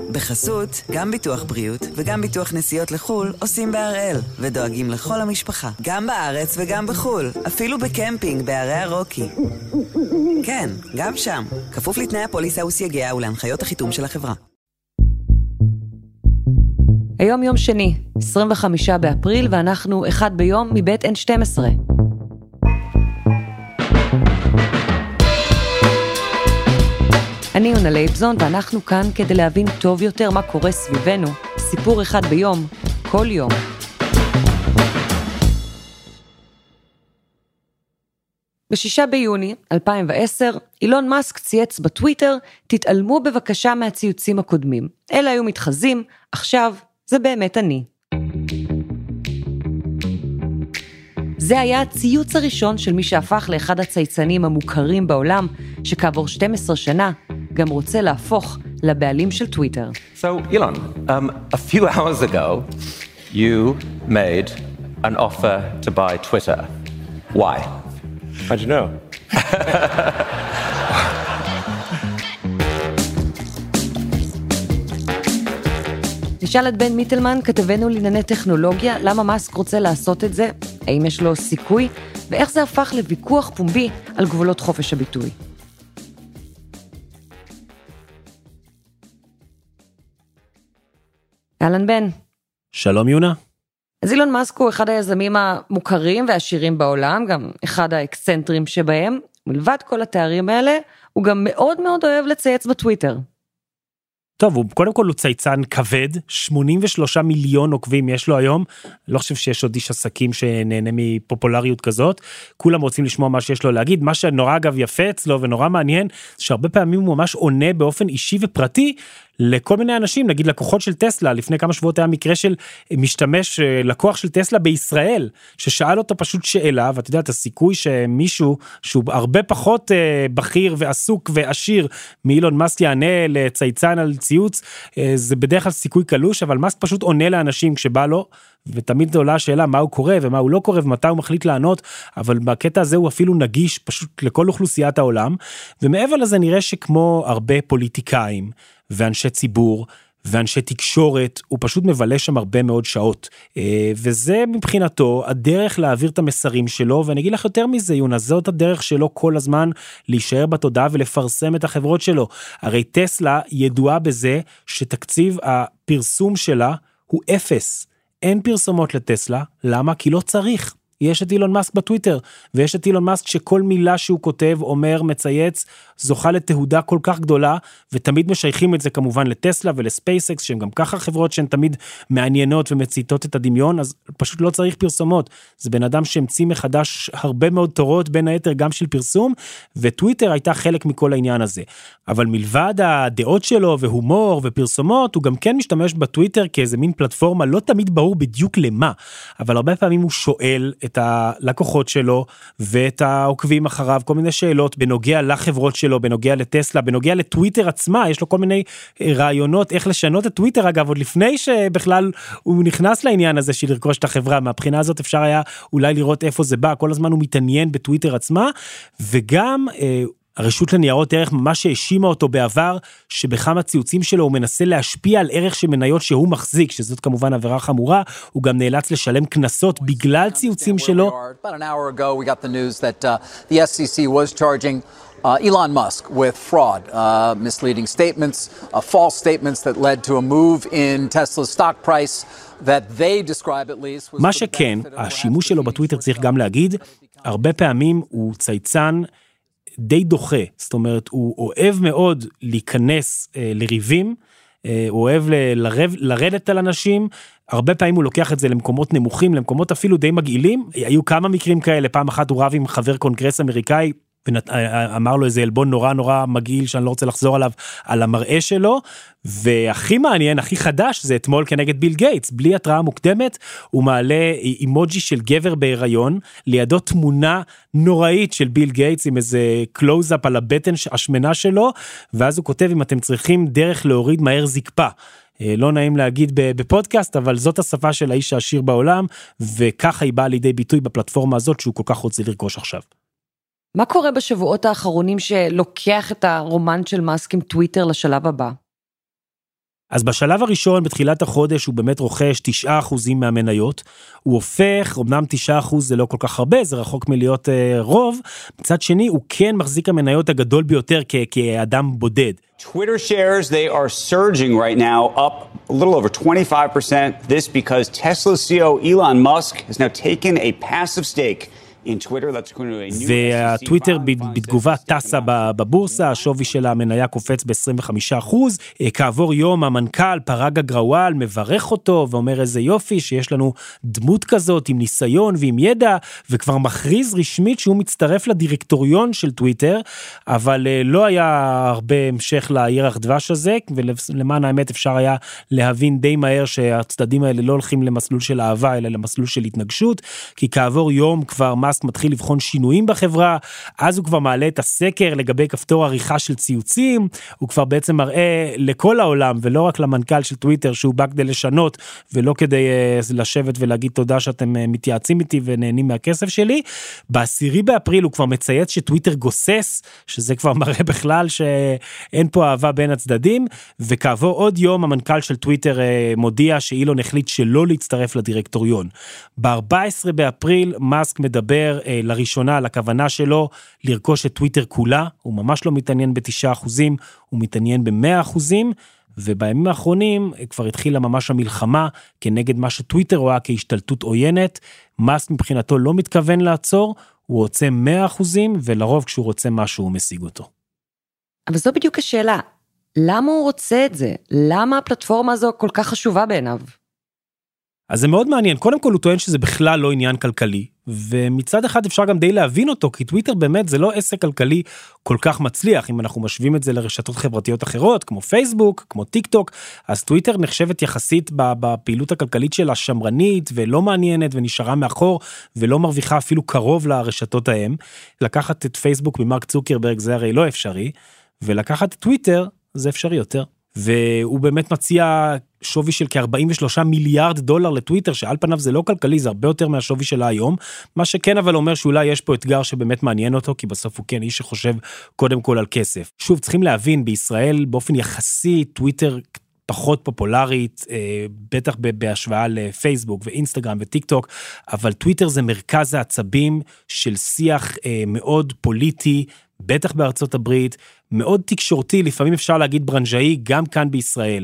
בחסות, גם ביטוח בריאות וגם ביטוח נסיעות לחול עושים בהראל, ודואגים לכל המשפחה, גם בארץ וגם בחול, אפילו בקמפינג בערי הרוקי. כן, גם שם, כפוף לתנאי הפוליסה וסייגיה ולהנחיות החיתום של החברה. היום יום שני, 25 באפריל, ואנחנו אחד ביום מבית N12. אני יונה לייבזון, ואנחנו כאן כדי להבין טוב יותר מה קורה סביבנו. סיפור אחד ביום, כל יום. ב6 ביוני 2010, אילון מאסק צייץ בטוויטר, תתעלמו בבקשה מהציוצים הקודמים. אלה היו מתחזים, עכשיו זה באמת אני. זה היה הציוץ הראשון של מי שהפך לאחד הצייצנים המוכרים בעולם, שכעבור 12 שנה גם רוצה להפוך לבעלים של טוויטר. So, Elon, a few hours ago, you made an offer to buy Twitter. Why? How'd you know? נשאל את בן מיטלמן, כתבנו לענייני טכנולוגיה, למה מאסק רוצה לעשות את זה, האם יש לו סיכוי, ואיך זה הפך לוויכוח פומבי על גבולות חופש הביטוי. אהלן בן. שלום יונה. אז אילון מאסק הוא אחד היזמים המוכרים והעשירים בעולם, גם אחד האקסנטרים שבהם. מלבד כל התארים האלה, הוא גם מאוד מאוד אוהב לצייץ בטוויטר. טוב, קודם כל הוא צייצן כבד, 83 מיליון עוקבים יש לו היום, לא חושב שיש עוד איש עסקים שנהנה מפופולריות כזאת, כולם רוצים לשמוע מה שיש לו להגיד, מה שנורא אגב יפה אצלו ונורא מעניין, שהרבה פעמים הוא ממש עונה באופן אישי ופרטי, לכל מיני אנשים, נגיד לקוחות של טסלה, לפני כמה שבועות היה מקרה של משתמש, לקוח של טסלה בישראל, ששאל אותו פשוט שאלה, ואתה יודע, את הסיכוי שמישהו, שהוא הרבה פחות בכיר ועסוק ועשיר, מאילון מאסק יענה לצייצן על ציוץ, זה בדרך כלל סיכוי קלוש, אבל מאסק פשוט עונה לאנשים כשבא לו, ותמיד עולה השאלה מה הוא קורא ומה הוא לא קורא ומתי הוא מחליט לענות, אבל בקטע הזה הוא אפילו נגיש פשוט לכל אוכלוסיית העולם, ומעבר לזה נראה שכמו הרבה פוליטיקאים ואנשי ציבור ואנשי תקשורת, הוא פשוט מבלה שם הרבה מאוד שעות, וזה מבחינתו הדרך להעביר את המסרים שלו, ואני אגיד לך יותר מזה יונה, זאת הדרך שלו כל הזמן להישאר בתודעה ולפרסם את החברות שלו, הרי טסלה ידועה בזה שתקציב הפרסום שלה הוא 0, אין פרסומות לטסלה, למה? כי לא צריך. יש את אילון מאסק בטוויטר, ויש את אילון מאסק שכל מילה שהוא כותב, אומר, מצייץ, זוכה לתהודה כל כך גדולה, ותמיד משייכים את זה כמובן לטסלה ולספייסקס, שהם גם ככה חברות שהן תמיד מעניינות ומציתות את הדמיון, אז פשוט לא צריך פרסומות. זה בן אדם שהמציא מחדש הרבה מאוד תורות, בין היתר גם של פרסום, וטוויטר הייתה חלק מכל העניין הזה. אבל מלבד הדעות שלו והומור ופרסומות, הוא גם כן משתמש בטוויטר כאיזה מין פלטפורמה, לא תמיד ברור בדיוק למה, אבל הרבה פעמים הוא שואל את הלקוחות שלו ואת העוקבים אחריו, כל מיני שאלות בנוגע לחברות שלו, בנוגע לטסלה, בנוגע לטוויטר עצמה, יש לו כל מיני רעיונות איך לשנות את טוויטר, אגב, עוד לפני שבכלל הוא נכנס לעניין הזה של לרכוש את החברה, מהבחינה הזאת אפשר היה אולי לראות איפה זה בא, כל הזמן הוא מתעניין בטוויטר עצמה, וגם הרשות לניירות ערך ממש האשימה אותו בעבר, שבכמה ציוצים שלו הוא מנסה להשפיע על ערך של מניות שהוא מחזיק, שזאת כמובן עבירה חמורה, הוא גם נאלץ לשלם קנסות בגלל ציוצים שלו. Elon Musk with fraud, misleading statements, false statements that led to a move in Tesla's stock price that they describe at least. מה שכן, השימוש שלו בטוויטר צריך גם להגיד, הרבה פעמים הוא צייצן די דוחה, זאת אומרת, הוא אוהב מאוד להיכנס לריבים, הוא אוהב לרדת על אנשים, הרבה פעמים הוא לוקח את זה למקומות נמוכים, למקומות אפילו די מגעילים, היו כמה מקרים כאלה, פעם אחת הוא רב עם חבר קונגרס אמריקאי, ואמר לו איזה אלבון נורא נורא מגעיל, שאני לא רוצה לחזור עליו, על המראה שלו, והכי מעניין, הכי חדש, זה אתמול כנגד ביל גייטס, בלי התראה מוקדמת, הוא מעלה אימוג'י של גבר בהיריון, לידו תמונה נוראית של ביל גייטס, עם איזה קלוז-אפ על הבטן השמנה שלו, ואז הוא כותב, אם אתם צריכים דרך להוריד מהר זקפה, לא נעים להגיד בפודקאסט, אבל זאת השפה של האיש העשיר בעולם, וככה היא באה לידי ביטוי בפלטפורמה הזאת, שהוא כל כך רוצה לרכוש עכשיו. מה קורה בשבועות האחרונים שלוקח את הרומן של מאסק עם טוויטר לשלב הבא? אז בשלב הראשון, בתחילת החודש, הוא באמת רוכש 9% מהמניות. הוא הופך, אמנם 9% זה לא כל כך הרבה, זה רחוק מלהיות רוב. מצד שני, הוא כן מחזיק המניות הגדול ביותר כאדם בודד. Twitter shares, they are surging right now, up a little over 25%. This because Tesla CEO Elon Musk has now taken a passive stake. והטוויטר בתגובה טסה בבורסה, השווי של המניה קופץ ב-25%. כעבור יום המנכ"ל פרג אגרוואל מברך אותו ואומר איזה יופי שיש לנו דמות כזאת עם ניסיון ועם ידע, וכבר מכריז רשמית שהוא מצטרף לדירקטוריון של טוויטר, אבל לא היה הרבה המשך לירח דבש הזה, ולמען האמת אפשר היה להבין די מהר שהצדדים האלה לא הולכים למסלול של אהבה אלא למסלול של התנגשות, כי כעבור יום כבר מאסק מתחיל לבחון שינויים בחברה, אז הוא כבר מעלה את הסקר לגבי כפתור עריכה של ציוצים, הוא כבר בעצם מראה לכל העולם, ולא רק למנכ"ל של טוויטר, שהוא בא כדי לשנות, ולא כדי לשבת ולהגיד תודה שאתם מתייעצים איתי ונהנים מהכסף שלי. ב10 באפריל הוא כבר מצייץ שטוויטר גוסס, שזה כבר מראה בכלל שאין פה אהבה בין הצדדים, וכעבור עוד יום המנכ"ל של טוויטר מודיע שאילון החליט שלא להצטרף לדירקטוריון. ב14 באפריל מאסק מדבר לראשונה על הכוונה שלו לרכוש את טוויטר כולה, הוא ממש לא מתעניין ב9%, הוא מתעניין ב100%, ובימים האחרונים כבר התחילה ממש המלחמה כנגד מה שטוויטר רואה כהשתלטות עוינת. מאסק מבחינתו לא מתכוון לעצור, הוא רוצה 100%, ולרוב כשהוא רוצה משהו הוא משיג אותו. אבל זו בדיוק השאלה, למה הוא רוצה את זה? למה הפלטפורמה הזו כל כך חשובה בעיניו? אז זה מאוד מעניין, קודם כל הוא טוען שזה בכלל לא עניין כלכלי, ומצד אחד אפשר גם די להבין אותו, כי טוויטר באמת זה לא עסק כלכלי כל כך מצליח, אם אנחנו משווים את זה לרשתות חברתיות אחרות, כמו פייסבוק, כמו טיק טוק, אז טוויטר נחשבת יחסית בפעילות הכלכלית שלה שמרנית, ולא מעניינת, ונשארה מאחור, ולא מרוויחה אפילו קרוב לרשתות ההם. לקחת את פייסבוק ממרק צוקרברג זה הרי לא אפשרי, ולקחת את טוויטר זה אפשרי יותר. והוא באמת מציע שווי של כ-43 מיליארד דולר לטוויטר, שעל פניו זה לא כלכלי, זה הרבה יותר מהשווי שלה היום, מה שכן אבל אומר שאולי יש פה אתגר שבאמת מעניין אותו, כי בסוף הוא כן איש שחושב קודם כל על כסף. שוב, צריכים להבין, בישראל באופן יחסי, טוויטר פחות פופולרית, בטח בהשוואה לפייסבוק ואינסטגרם וטיק טוק, אבל טוויטר זה מרכז העצבים של שיח מאוד פוליטי, בטח בארצות הברית, מאוד תקשורתי, לפעמים אפשר להגיד ברנז'אי, גם כאן בישראל.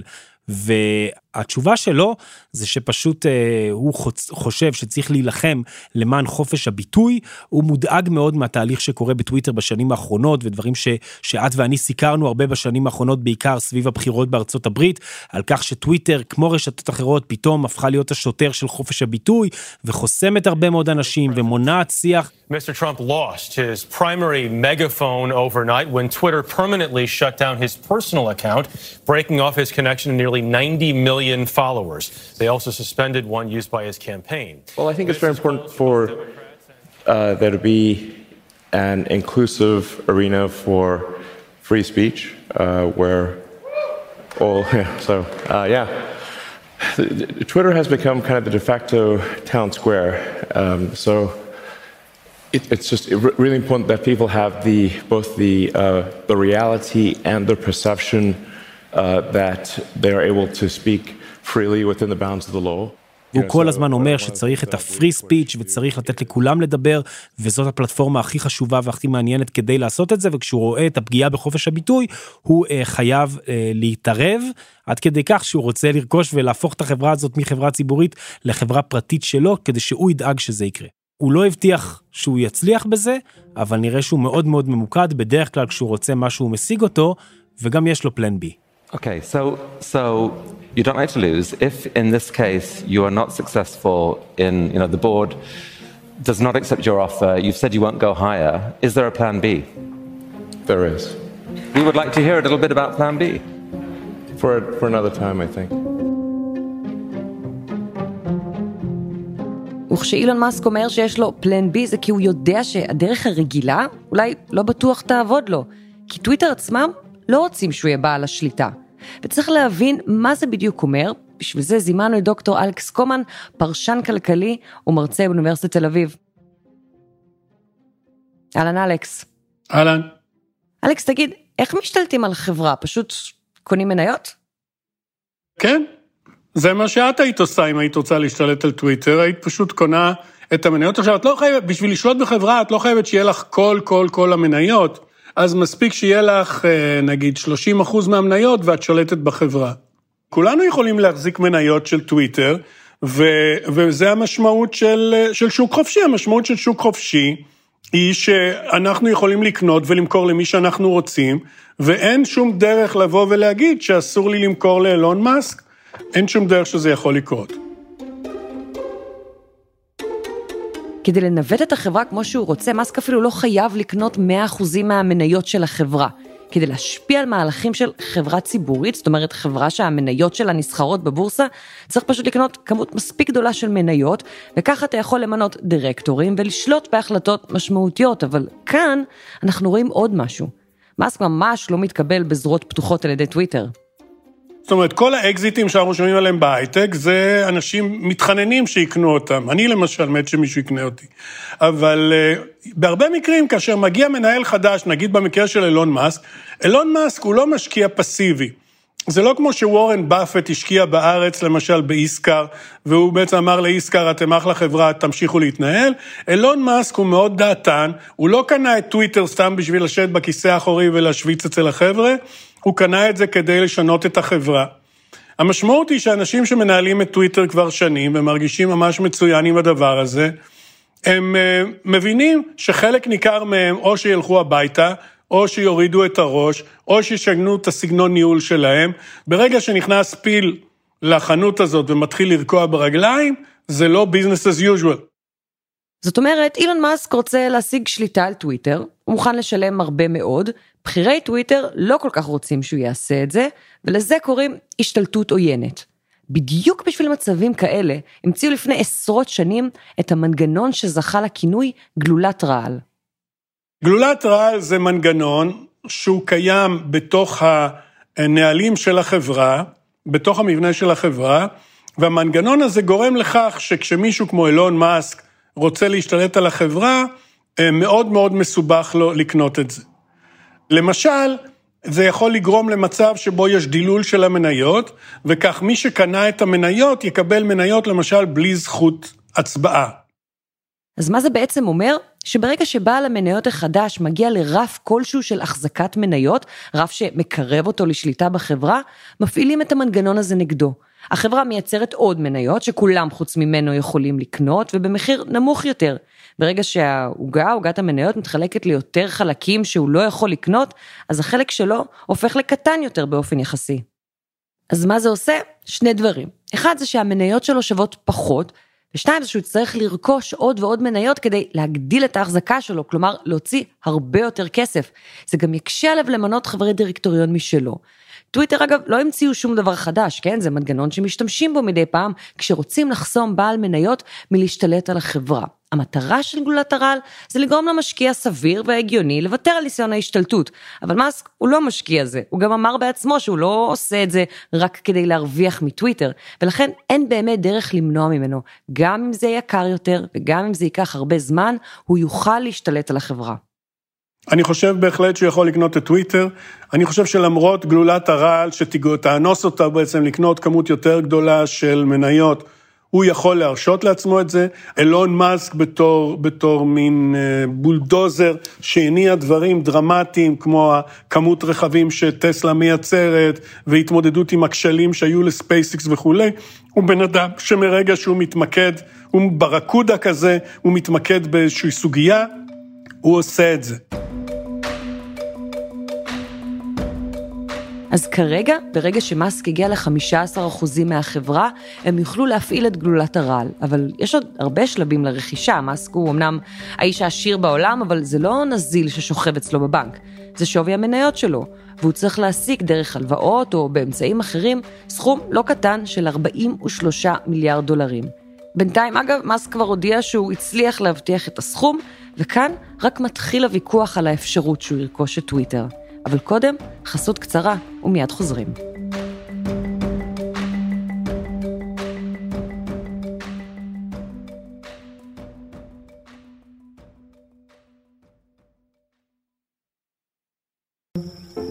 והתשובה שלו זה שפשוט הוא חושב שצריך להילחם למען חופש הביטוי, הוא מודאג מאוד מהתהליך שקורה בטוויטר בשנים האחרונות, ודברים שאת ואני סיקרנו הרבה בשנים האחרונות, בעיקר סביב הבחירות בארצות הברית, על כך שטוויטר, כמו רשתות אחרות, פתאום הפכה להיות השוטר של חופש הביטוי, וחוסמת הרבה מאוד אנשים, ומונעת שיח. Mr. Trump lost his primary megaphone overnight when Twitter permanently shut down his personal account, breaking off his connection to nearly 90 million followers. They also suspended one used by his campaign. Well, I think it's very important for there to be an inclusive arena for free speech, where all, Twitter has become kind of the de facto town square, so it's just really important that people have both the reality and the perception that they are able to speak freely within the bounds of the law. הוא כל הזמן אומר שצריך את הפרי ספיץ' וצריך לתת לכולם לדבר, וזאת הפלטפורמה הכי חשובה והכי מעניינת כדי לעשות את זה, וכשהוא רואה את הפגיעה בחופש הביטוי, הוא חייב להתערב, עד כדי כך שהוא רוצה לרכוש ולהפוך את החברה הזאת מחברה ציבורית לחברה פרטית שלו, כדי שהוא ידאג שזה יקרה. הוא לא הבטיח שהוא יצליח בזה, אבל נראה שהוא מאוד מאוד ממוקד, בדרך כלל כשהוא רוצה משהו הוא משיג אותו, וגם יש לו פלן בי. Okay, so you don't like to lose. If in this case you are not successful in, the board does not accept your offer, you've said you won't go higher, is there a plan B? There is. We would like to hear a little bit about plan B. For another time, I think. וכשאילון מאסק אומר שיש לו פלן בי, זה כי הוא יודע שהדרך הרגילה אולי לא בטוח תעבוד לו, כי טוויטר עצמם לא רוצים שהוא יהיה בעל השליטה. וצריך להבין מה זה בדיוק אומר, בשביל זה זימנו את דוקטור אלכס קומן, פרשן כלכלי ומרצה באוניברסיטת תל אביב. אהלן אלכס. אהלן. אלכס, תגיד, איך משתלטים על חברה? פשוט קונים מניות? כן, זה מה שאת היית עושה אם היית רוצה להשתלט על טוויטר, היית פשוט קונה את המניות. עכשיו, את לא חייבת, בשביל לשלוט בחברה, את לא חייבת שיהיה לך כל המניות, אז מספיק שיהיה לך, נגיד, 30% מהמניות ואת שולטת בחברה. כולנו יכולים להחזיק מניות של טוויטר, וזה המשמעות של שוק חופשי. המשמעות של שוק חופשי היא שאנחנו יכולים לקנות ולמכור למי שאנחנו רוצים, ואין שום דרך לבוא ולהגיד שאסור לי למכור לאילון מאסק, אין שום דרך שזה יכול לקרות. כדי לנווט את החברה כמו שהוא רוצה, מאסק אפילו לא חייב לקנות 100% מהמניות של החברה. כדי להשפיע על מהלכים של חברה ציבורית, זאת אומרת חברה שהמניות שלה נסחרות בבורסה, צריך פשוט לקנות כמות מספיק גדולה של מניות, וככה אתה יכול למנות דירקטורים ולשלוט בהחלטות משמעותיות, אבל כאן אנחנו רואים עוד משהו. מאסק ממש לא מתקבל בזרועות פתוחות על ידי טוויטר. זאת אומרת, כל האקזיטים שאנחנו שומעים עליהם בהייטק, זה אנשים מתחננים שיקנו אותם. אני למשל מת שמישהו יקנה אותי. אבל בהרבה מקרים, כאשר מגיע מנהל חדש, נגיד במקרה של אילון מאסק, אילון מאסק הוא לא משקיע פסיבי. זה לא כמו שוורן באפט השקיע בארץ, למשל באיסקר, והוא בעצם אמר לאיסקר, אתם אחלה חברה, תמשיכו להתנהל. אילון מאסק הוא מאוד דעתן, הוא לא קנה את טוויטר סתם בשביל לשבת בכיסא האחורי ולהשוויץ אצל החבר'ה, הוא קנה את זה כדי לשנות את החברה. המשמעות היא שאנשים שמנהלים את טוויטר כבר שנים, ומרגישים ממש מצוין עם הדבר הזה, הם מבינים שחלק ניכר מהם או שילכו הביתה, או שיורידו את הראש, או שישגנו את הסגנון ניהול שלהם. ברגע שנכנס פיל לחנות הזאת ומתחיל לרקוע ברגליים, זה לא business as usual. זאת אומרת, אילון מאסק רוצה להשיג שליטה על טוויטר, הוא מוכן לשלם הרבה מאוד, בחירי טוויטר לא כל כך רוצים שהוא יעשה את זה, ולזה קוראים השתלטות עוינת. בדיוק בשביל מצבים כאלה, המציאו לפני עשרות שנים את המנגנון שזכה לכינוי גלולת רעל. גלולת רעל זה מנגנון שהוא קיים בתוך הנהלים של החברה, בתוך המבנה של החברה, והמנגנון הזה גורם לכך שכשמישהו כמו אילון מאסק רוצה להשתלט על החברה, מאוד מאוד מסובך לו לקנות את זה. למשל, זה יכול לגרום למצב שבו יש דילול של המניות, וכך מי שקנה את המניות יקבל מניות למשל בלי זכות הצבעה. אז מה זה בעצם אומר? שברגע שבעל המניות החדש מגיע לרף כלשהו של החזקת מניות, רף שמקרב אותו לשליטה בחברה, מפעילים את המנגנון הזה נגדו. החברה מייצרת עוד מניות שכולם חוץ ממנו יכולים לקנות, ובמחיר נמוך יותר. ברגע שהעוגת המניות מתחלקת ליותר חלקים שהוא לא יכול לקנות, אז החלק שלו הופך לקטן יותר באופן יחסי. אז מה זה עושה? שני דברים. אחד זה שהמניות שלו שוות פחות, ושתיים זה שהוא צריך לרכוש עוד ועוד מניות כדי להגדיל את ההחזקה שלו, כלומר להוציא הרבה יותר כסף. זה גם יקשה עליו למנות חברי דירקטוריון משלו. טוויטר אגב לא המציאו שום דבר חדש, כן? זה מנגנון שמשתמשים בו מדי פעם כשרוצים לחסום בעל מניות מלהשתלט על החברה. המטרה של גלולת הרעל זה לגרום למשקיע סביר והגיוני לוותר על ניסיון ההשתלטות, אבל מאסק הוא לא משקיע זה, הוא גם אמר בעצמו שהוא לא עושה את זה רק כדי להרוויח מטוויטר, ולכן אין באמת דרך למנוע ממנו, גם אם זה יקר יותר וגם אם זה ייקח הרבה זמן, הוא יוכל להשתלט על החברה. אני חושב בהחלט שהוא יכול לקנות את טוויטר, אני חושב שלמרות גלולת הרעל שתאנוס אותה בעצם לקנות כמות יותר גדולה של מניות, הוא יכול להרשות לעצמו את זה. אילון מאסק בתור מין בולדוזר שהניע דברים דרמטיים כמו כמות רכבים שטסלה מייצרת והתמודדות עם הכשלים שהיו לספייסיקס וכו'. הוא בן אדם שמרגע שהוא מתמקד, הוא ברקודה כזה, הוא מתמקד באיזושהי סוגיה, הוא עושה את זה. אז כרגע, ברגע שמאסק הגיע ל-15% מהחברה, הם יוכלו להפעיל את גלולת הרעל. אבל יש עוד הרבה שלבים לרכישה. מאסק הוא אמנם האיש העשיר בעולם, אבל זה לא נזיל ששוכב אצלו בבנק. זה שווי המניות שלו, והוא צריך להשיג דרך הלוואות או באמצעים אחרים סכום לא קטן של 43 מיליארד דולרים. בינתיים, אגב, מאסק כבר הודיע שהוא הצליח להבטיח את הסכום, וכאן רק מתחיל הוויכוח על האפשרות שהוא ירכוש את טוויטר. אבל קודם, חסות קצרה ומיד חוזרים.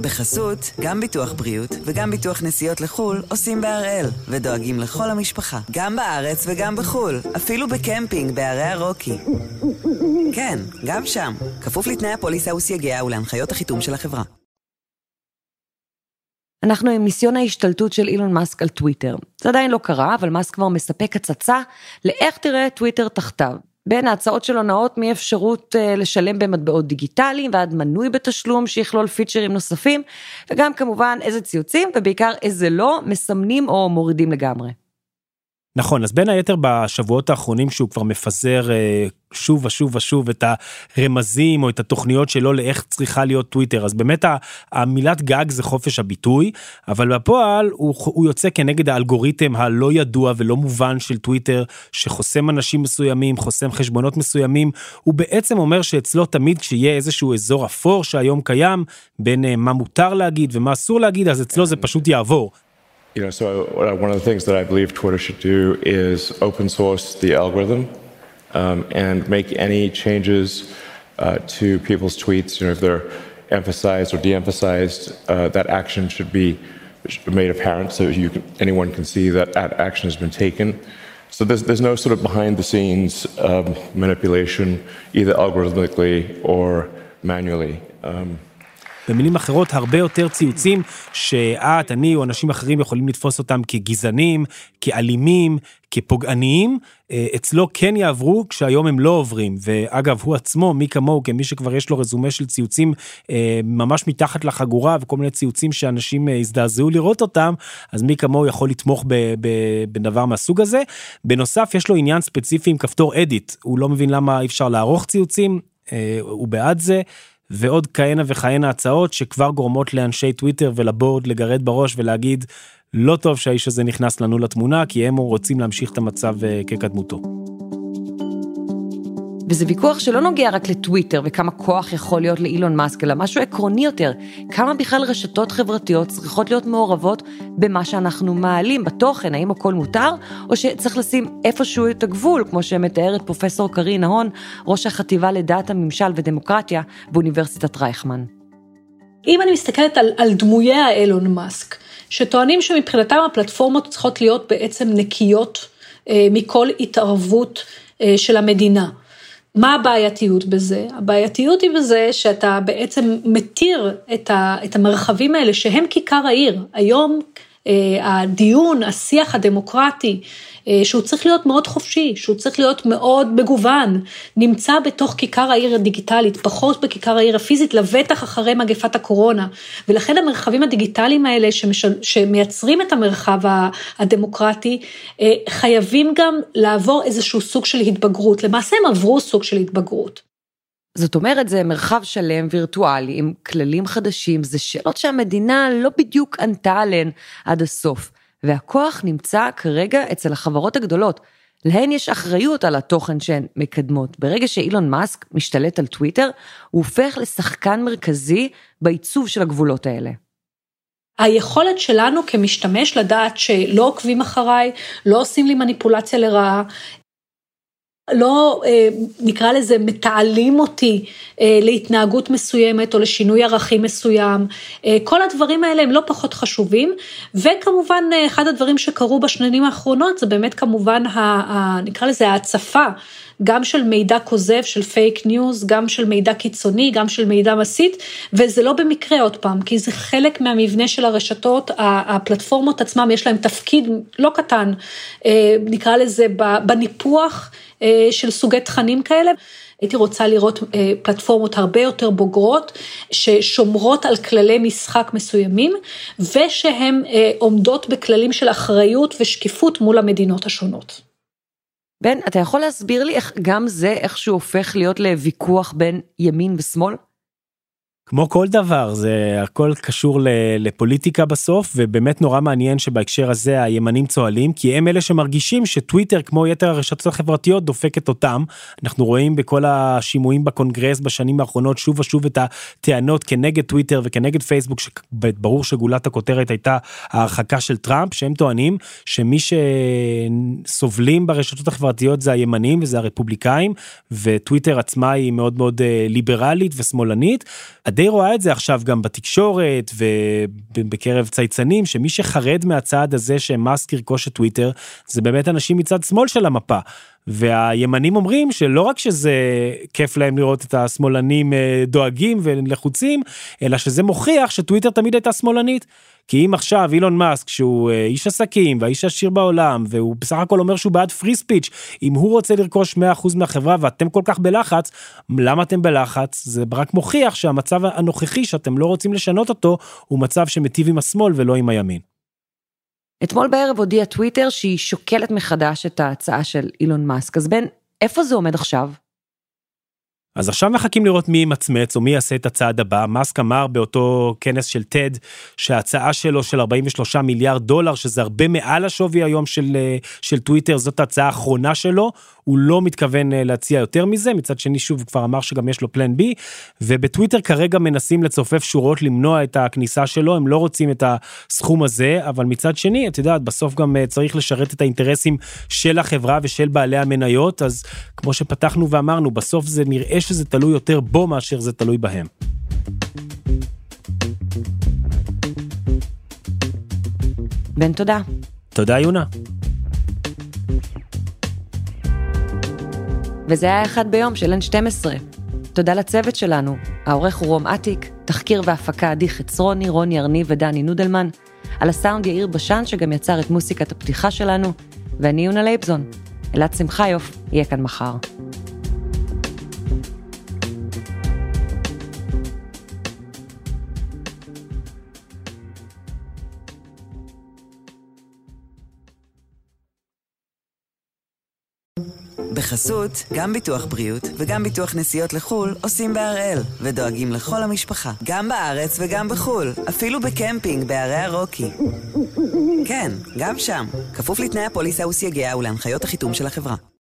בחסות, גם ביטוח בריאות וגם ביטוח נסיעות לחול עושים בהראל, ודואגים לכל המשפחה, גם בארץ וגם בחול, אפילו בקמפינג בערי הרוקי. כן, גם שם, כפוף לתנאי הפוליסה וסייגיה ולהנחיות החיתום של החברה. אנחנו עם ניסיון ההשתלטות של אילון מאסק על טוויטר. זה עדיין לא קרה, אבל מאסק כבר מספק הצצה לאיך תראה טוויטר תחתיו. בין ההצעות שלו נעות מאפשרות לשלם במטבעות דיגיטליים, ועד מנוי בתשלום שיכלול פיצ'רים נוספים, וגם כמובן איזה ציוצים, ובעיקר איזה לא, מסמנים או מורידים לגמרי. נכון, אז בין היתר בשבועות האחרונים שהוא כבר מפזר שוב ושוב ושוב את הרמזים או את התוכניות שלו לאיך צריכה להיות טוויטר, אז באמת המילת גג זה חופש הביטוי, אבל בפועל הוא יוצא כנגד האלגוריתם הלא ידוע ולא מובן של טוויטר, שחוסם אנשים מסוימים, חוסם חשבונות מסוימים, הוא בעצם אומר שאצלו תמיד כשיהיה איזשהו אזור אפור שהיום קיים, בין מה מותר להגיד ומה אסור להגיד, אז אצלו זה פשוט יעבור. You know, so one of the things that I believe Twitter should do is open source the algorithm and make any changes to people's tweets. You know, if they're emphasized or de-emphasized, that action should be made apparent so anyone can see that action has been taken. So there's no sort of behind-the-scenes manipulation, either algorithmically or manually. במילים אחרות, הרבה יותר ציוצים שאת, אני או אנשים אחרים יכולים לתפוס אותם כגזענים, כאלימים, כפוגעניים, אצלו כן יעברו כשהיום הם לא עוברים. ואגב, הוא עצמו, מי כמוהו, כמי שכבר יש לו רזומה של ציוצים ממש מתחת לחגורה, וכל מיני ציוצים שאנשים הזדעזעו לראות אותם, אז מי כמוהו יכול לתמוך בדבר מהסוג הזה. בנוסף, יש לו עניין ספציפי עם כפתור אדיט. הוא לא מבין למה אי אפשר לערוך ציוצים, הוא בעד זה. ועוד כהנה וכהנה הצעות שכבר גורמות לאנשי טוויטר ולבורד לגרד בראש ולהגיד, לא טוב שהאיש הזה נכנס לנו לתמונה, כי הם רוצים להמשיך את המצב כקדמותו. וזה ויכוח שלא נוגע רק לטוויטר וכמה כוח יכול להיות לאילון מאסק, אלא משהו עקרוני יותר, כמה בכלל רשתות חברתיות צריכות להיות מעורבות במה שאנחנו מעלים בתוכן, האם הכל מותר, או שצריך לשים איפשהו את הגבול, כמו שמתארת פרופסור קרין נהון, ראש החטיבה לדעת הממשל ודמוקרטיה באוניברסיטת רייכמן. אם אני מסתכלת על דמויי האילון מאסק, שטוענים שמבחינתם הפלטפורמות צריכות להיות בעצם נקיות מכל התערבות של המדינה, מה הבעייתיות בזה? הבעייתיות היא בזה שאתה בעצם מתיר את המרחבים האלה שהם כיכר העיר. היום הדיון, השיח הדמוקרטי, שהוא צריך להיות מאוד חופשי, שהוא צריך להיות מאוד מגוון, נמצא בתוך כיכר העיר הדיגיטלית, פחות בכיכר העיר הפיזית, לבטח אחרי מגפת הקורונה, ולכן המרחבים הדיגיטליים האלה שמייצרים את המרחב הדמוקרטי, חייבים גם לעבור איזשהו סוג של התבגרות, למעשה הם עברו סוג של התבגרות. זאת אומרת, זה מרחב שלם וירטואלי, עם כללים חדשים, זה שאלות שהמדינה לא בדיוק ענתה עליהן עד הסוף, והכוח נמצא כרגע אצל החברות הגדולות, להן יש אחריות על התוכן שהן מקדמות. ברגע שאילון מאסק משתלט על טוויטר, הוא הופך לשחקן מרכזי בעיצוב של הגבולות האלה. היכולת שלנו כמשתמש לדעת שלא עוקבים אחריי, לא עושים לי מניפולציה לרעה, לא נקרא לזה מתעלים אותי להתנהגות מסוימת או לשינוי ערכים מסוים, כל הדברים האלה הם לא פחות חשובים, וכמובן אחד הדברים שקרו בשנים האחרונות זה באמת כמובן נקרא לזה ההצפה, גם של מידע כוזב, של פייק ניוז, גם של מידע קיצוני, גם של מידע מסית, וזה לא במקרה עוד פעם, כי זה חלק מהמבנה של הרשתות, הפלטפורמות עצמם יש להם תפקיד לא קטן, נקרא לזה בניפוח של סוגי תכנים כאלה. הייתי רוצה לראות פלטפורמות הרבה יותר בוגרות, ששומרות על כללי משחק מסוימים, ושהן עומדות בכללים של אחריות ושקיפות מול המדינות השונות. בן, אתה יכול להסביר לי איך גם זה, איך שהוא הופך להיות לוויכוח בין ימין ושמאל? כמו כל דבר, זה הכל קשור לפוליטיקה בסוף, ובאמת נורא מעניין שבהקשר הזה הימנים צועלים, כי הם אלה שמרגישים שטוויטר, כמו יתר הרשתות החברתיות, דופקת אותם. אנחנו רואים בכל השימועים בקונגרס בשנים האחרונות, שוב ושוב את הטענות כנגד טוויטר וכנגד פייסבוק, שברור שגולת הכותרת הייתה ההרחקה של טראמפ, שהם טוענים שמי שסובלים ברשתות החברתיות זה הימנים וזה הרפובליקאים, וטוויטר עצמה היא מאוד מאוד ליברלית ושמאלנית. די רואה את זה עכשיו גם בתקשורת ובקרב צייצנים, שמי שחרד מהצעד הזה שמאסק ירכוש את טוויטר, זה באמת אנשים מצד שמאל של המפה. והימנים אומרים שלא רק שזה כיף להם לראות את השמאלנים דואגים ולחוצים, אלא שזה מוכיח שטוויטר תמיד הייתה שמאלנית. כי אם עכשיו אילון מאסק, שהוא איש עסקים והאיש עשיר בעולם, והוא בסך הכל אומר שהוא בעד פרי ספיץ', אם הוא רוצה לרכוש 100% מהחברה ואתם כל כך בלחץ, למה אתם בלחץ? זה רק מוכיח שהמצב הנוכחי שאתם לא רוצים לשנות אותו, הוא מצב שמטיב עם השמאל ולא עם הימין. אתמול בערב הודיע טוויטר שהיא שוקלת מחדש את ההצעה של אילון מאסק. אז בן, איפה זה עומד עכשיו? אז עכשיו מחכים לראות מי ימצמץ או מי יעשה את הצעד הבא. מאסק אמר באותו כנס של טד שההצעה שלו של 43 מיליארד דולר, שזה הרבה מעל השווי היום של טוויטר, זאת ההצעה האחרונה שלו. הוא לא מתכוון להציע יותר מזה, מצד שני שוב כבר אמר שגם יש לו פלן בי, ובטוויטר כרגע מנסים לצופף שורות למנוע את הכניסה שלו, הם לא רוצים את הסכום הזה, אבל מצד שני, את יודעת, בסוף גם צריך לשרת את האינטרסים של החברה ושל בעלי המניות, אז כמו שפתחנו ואמרנו, בסוף זה נראה שזה תלוי יותר בו מאשר זה תלוי בהם. בן, תודה. תודה, יונה. וזה היה אחד ביום של N12. תודה לצוות שלנו, העורך הוא רום עתיק, תחקיר והפקה עדי חצרוני, רוני ארניב ודני נודלמן, על הסאונד יאיר בשן שגם יצר את מוסיקת הפתיחה שלנו, ואני יונה לייבזון. אלעד שמחיוף יהיה כאן מחר. בחסות, גם ביטוח בריאות וגם ביטוח נסיעות לחול עושים בהראל ודואגים לכל המשפחה, גם בארץ וגם בחול, אפילו בקמפינג בערי הרוקי. כן, גם שם, כפוף לתנאי הפוליסה וסייגיה ולהנחיות החיתום של החברה.